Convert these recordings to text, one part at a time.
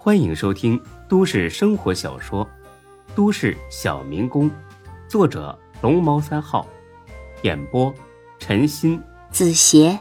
欢迎收听都市生活小说《都市小民工》，作者龙猫3号，演播陈鑫、 子邪，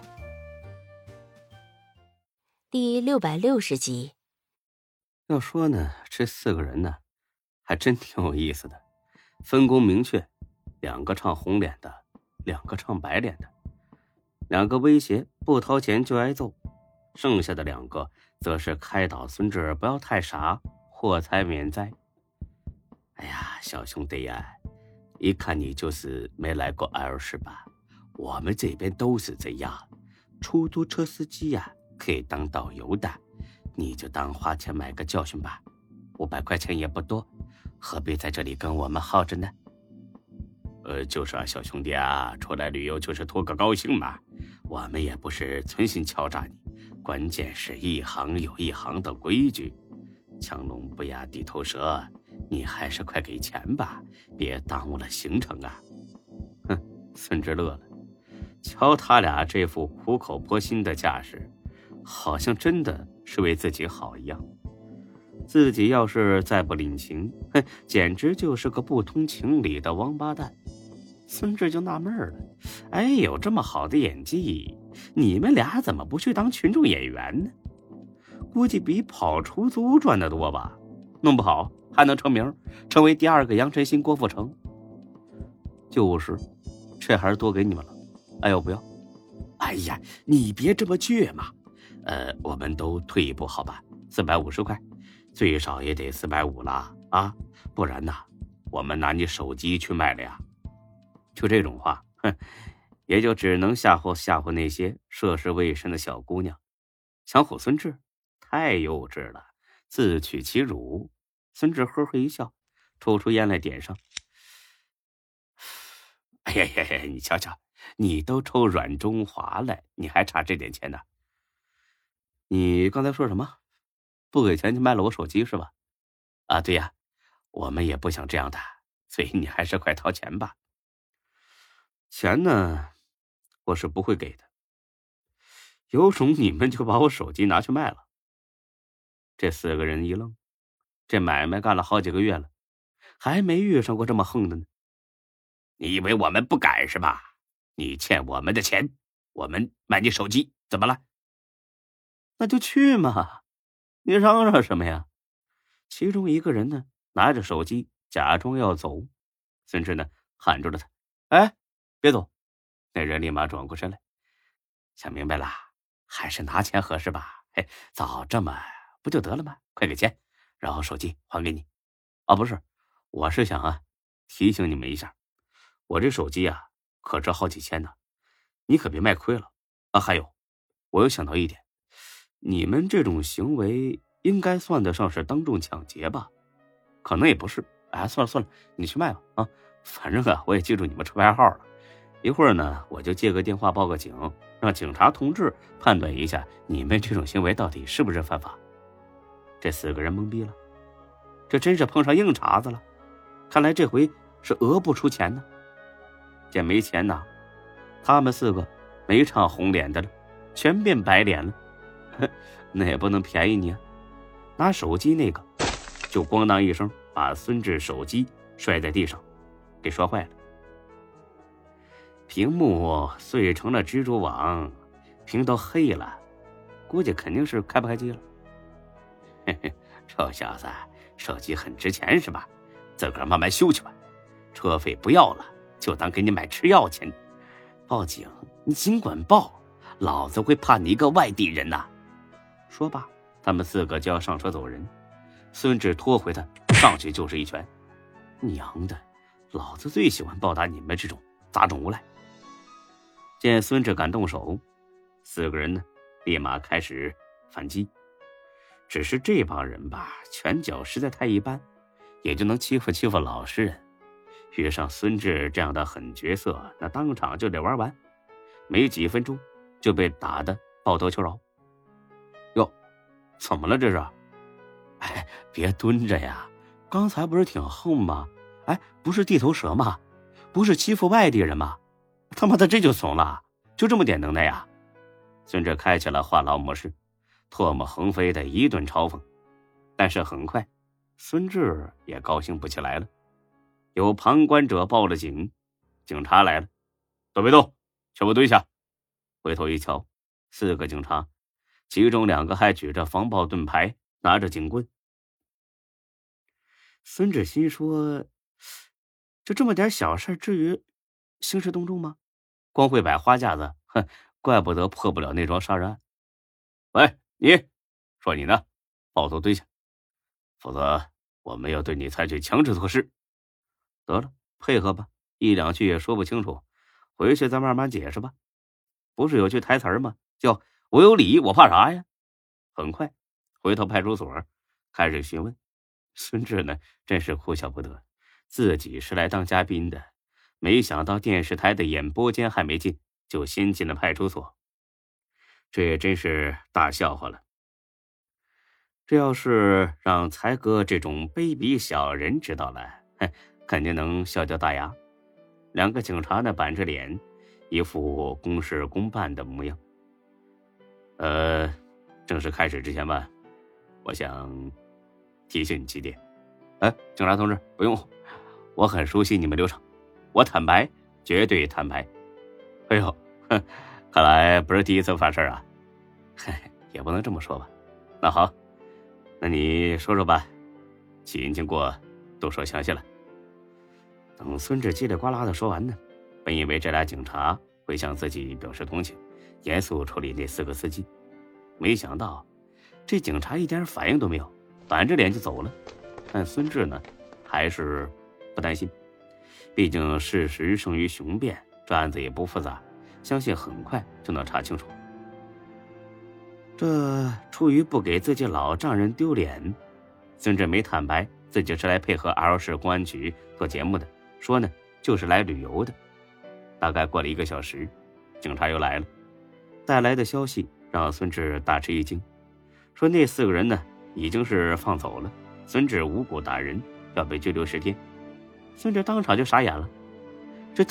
第660集。 要说呢，这4个人呢，还真挺有意思的，分工明确，2个唱红脸的，2个唱白脸的，2个威胁不掏钱就挨揍，剩下的2个则是开导孙志不要太傻，祸财免灾。哎呀，小兄弟呀，一看你就是没来过L市吧？我们这边都是这样，出租车司机呀，可以当导游的，你就当花钱买个教训吧，500块钱也不多，何必在这里跟我们耗着呢？就是啊，小兄弟啊，出来旅游就是图个高兴嘛，我们也不是存心敲诈你，关键是一行有一行的规矩，强龙不压地头蛇，你还是快给钱吧，别耽误了行程啊。哼，孙志乐了，瞧他俩这副苦口婆心的架势，好像真的是为自己好一样。自己要是再不领情，简直就是个不通情理的王八蛋。孙志就纳闷了，哎，有这么好的演技，你们俩怎么不去当群众演员呢？估计比跑出租赚得多吧，弄不好还能成名，成为第2个杨晨新、郭富城。就是，这还是多给你们了。哎呦，不要！哎呀，你别这么倔嘛。我们都退一步好吧，450块，最少也得450啦啊，不然呢，我们拿你手机去卖了呀。就这种话，也就只能吓唬吓唬那些涉世未深的小姑娘。想唬孙志，太幼稚了，自取其辱。孙志呵呵一笑，抽出烟来点上。哎呀呀呀，你瞧瞧，你都抽软中华了，你还差这点钱呢？你刚才说什么？不给钱就卖了我手机是吧？啊，对呀，我们也不想这样的，所以你还是快掏钱吧。钱呢，我是不会给的。有种你们就把我手机拿去卖了。这4个人一愣，这买卖干了好几个月了，还没遇上过这么横的呢。你以为我们不敢是吧？你欠我们的钱，我们卖你手机，怎么了？那就去嘛，你嚷嚷什么呀？其中一个人呢，拿着手机假装要走，孙志呢喊住了他，哎，别走！那人立马转过身来，想明白了，还是拿钱合适吧？嘿，早这么不就得了吗？快给钱，然后手机还给你。啊，不是，我是想提醒你们一下，我这手机可值好几千呢，你可别卖亏了啊！还有，我又想到一点，你们这种行为应该算得上是当众抢劫吧？可能也不是。哎，算了算了，你去卖吧啊！反正我也记住你们车牌号了。一会儿呢，我就借个电话报个警，让警察同志判断一下你们这种行为到底是不是犯法。这4个人懵逼了，这真是碰上硬茬子了。看来这回是讹不出钱呢。见没钱拿，他们4个没唱红脸的了，全变白脸了。那也不能便宜你啊！拿手机那个，就咣当一声把孙志手机摔在地上，给摔坏了。屏幕碎成了蜘蛛网，屏都黑了，估计肯定是开不开机了。嘿嘿，臭小子，手机很值钱是吧？自个儿慢慢修去吧，车费不要了，就当给你买吃药钱。报警，你尽管报，老子会怕你一个外地人呐！说罢，他们4个就要上车走人。孙志拖回他，上去就是一拳。娘的，老子最喜欢报答你们这种杂种无赖。见孙志敢动手，4个人呢立马开始反击。只是这帮人吧，拳脚实在太一般，也就能欺负欺负老实人。遇上孙志这样的狠角色，那当场就得玩完。没几分钟就被打得抱头求饶。哟，怎么了这是？哎，别蹲着呀，刚才不是挺横吗？哎，不是地头蛇吗？不是欺负外地人吗？他妈的这就怂了，就这么点能耐呀？孙志开启了话痨模式，唾沫横飞的一顿嘲讽。 但是很快，孙志也高兴不起来了。有旁观者报了警，警察来了，都别动，全部蹲下。回头一瞧，4个警察，其中2个还举着防暴盾牌，拿着警棍。孙志心说，就这么点小事，至于兴师动众吗？光会摆花架子，怪不得破不了那桩杀人案。喂，你说你呢？抱头蹲下，否则我们要对你采取强制措施。得了，配合吧，1、2句也说不清楚，回去再慢慢解释吧。不是有句台词吗？叫我有理，我怕啥呀？很快回到派出所，开始询问。孙志呢，真是哭笑不得，自己是来当嘉宾的，没想到电视台的演播间还没进，就先进了派出所。这也真是大笑话了。这要是让才哥这种卑鄙小人知道了，肯定能笑掉大牙。2个警察呢，板着脸，一副公事公办的模样。正式开始之前吧，我想提醒你几点。警察同志，不用，我很熟悉你们流程，我坦白，绝对坦白。哎呦，看来不是第一次犯事啊。也不能这么说吧。那好，那你说说吧，起因经过都说详细了。等孙志叽里呱啦的说完呢，本以为这俩警察会向自己表示同情，严肃处理那4个司机，没想到这警察一点反应都没有，板着脸就走了。但孙志呢，还是不担心，毕竟事实胜于雄辩，这案子也不复杂，相信很快就能查清楚。这出于不给自己老丈人丢脸，孙志没坦白自己是来配合 L 市公安局做节目的，说呢就是来旅游的。大概过了1个小时，警察又来了，带来的消息让孙志大吃一惊，说那4个人呢已经是放走了，孙志无故打人，要被拘留10天。孙志当场就傻眼了，这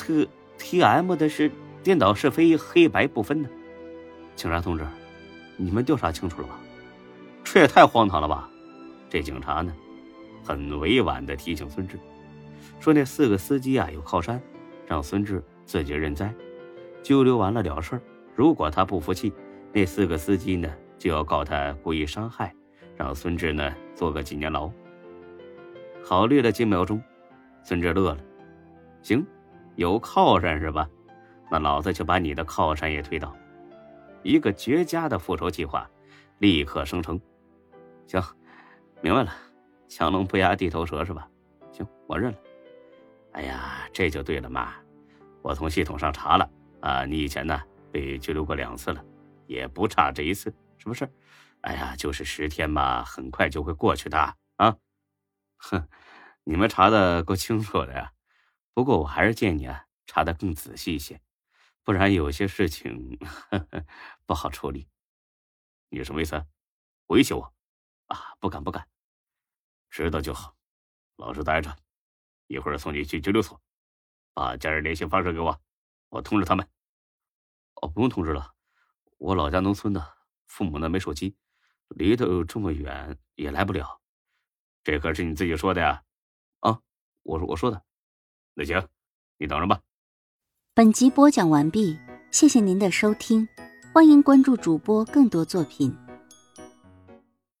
TM 的是颠倒是非，黑白不分的。警察同志，你们调查清楚了吧？这也太荒唐了吧！这警察呢，很委婉地提醒孙志，说那4个司机啊有靠山，让孙志自己认栽，拘留完了了事。如果他不服气，那4个司机呢就要告他故意伤害，让孙志呢坐个几年牢。考虑了几秒钟，孙志乐了，行，有靠山是吧？那老子就把你的靠山也推倒。一个绝佳的复仇计划立刻生成。行，明白了，强龙不压地头蛇是吧？行，我认了。哎呀，这就对了嘛，我从系统上查了啊，你以前呢被拘留过2次了，也不差这1次，是不是？哎呀，就是10天嘛，很快就会过去的啊。你们查的够清楚的呀，不过我还是建议你啊，查得更仔细一些，不然有些事情不好处理。你什么意思？威胁我啊？不敢不敢，知道就好，老实待着，一会儿送你去拘留所，把家人联系方式给我，我通知他们。不用通知了，我老家农村的，父母呢没手机，离得这么远也来不了。这可是你自己说的呀？我说的。那行，你等着吧。 本集播讲完毕，谢谢您的收听，欢迎关注主播更多作品。